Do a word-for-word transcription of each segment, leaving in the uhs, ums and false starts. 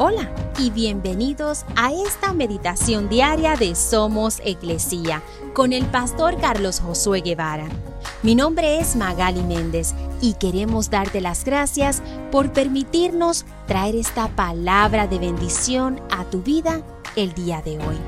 Hola y bienvenidos a esta meditación diaria de Somos Iglesia con el pastor Carlos Josué Guevara. Mi nombre es Magali Méndez y queremos darte las gracias por permitirnos traer esta palabra de bendición a tu vida el día de hoy.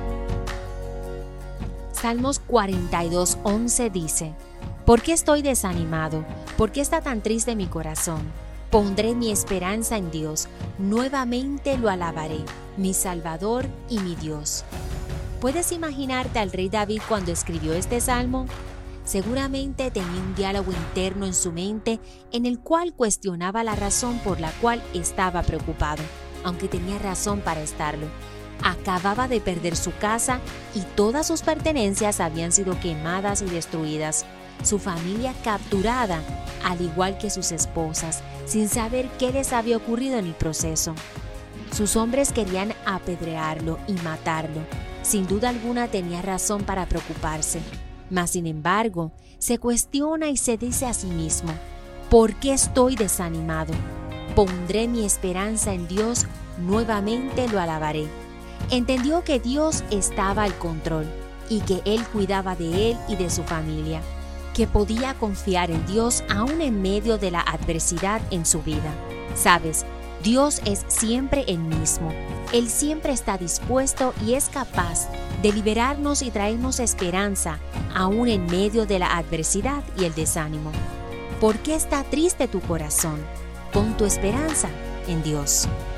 Salmos cuarenta y dos, once dice: ¿Por qué estoy desanimado? ¿Por qué está tan triste mi corazón? Pondré mi esperanza en Dios, nuevamente lo alabaré, mi Salvador y mi Dios. ¿Puedes imaginarte al rey David cuando escribió este salmo? Seguramente tenía un diálogo interno en su mente en el cual cuestionaba la razón por la cual estaba preocupado, aunque tenía razón para estarlo. Acababa de perder su casa y todas sus pertenencias habían sido quemadas y destruidas. Su familia capturada, al igual que sus esposas, sin saber qué les había ocurrido en el proceso. Sus hombres querían apedrearlo y matarlo. Sin duda alguna tenía razón para preocuparse. Mas, sin embargo, se cuestiona y se dice a sí mismo: ¿por qué estoy desanimado? Pondré mi esperanza en Dios, nuevamente lo alabaré. Entendió que Dios estaba al control y que Él cuidaba de él y de su familia, que podía confiar en Dios aún en medio de la adversidad en su vida. Sabes, Dios es siempre el mismo. Él siempre está dispuesto y es capaz de liberarnos y traernos esperanza aún en medio de la adversidad y el desánimo. ¿Por qué está triste tu corazón? Pon tu esperanza en Dios.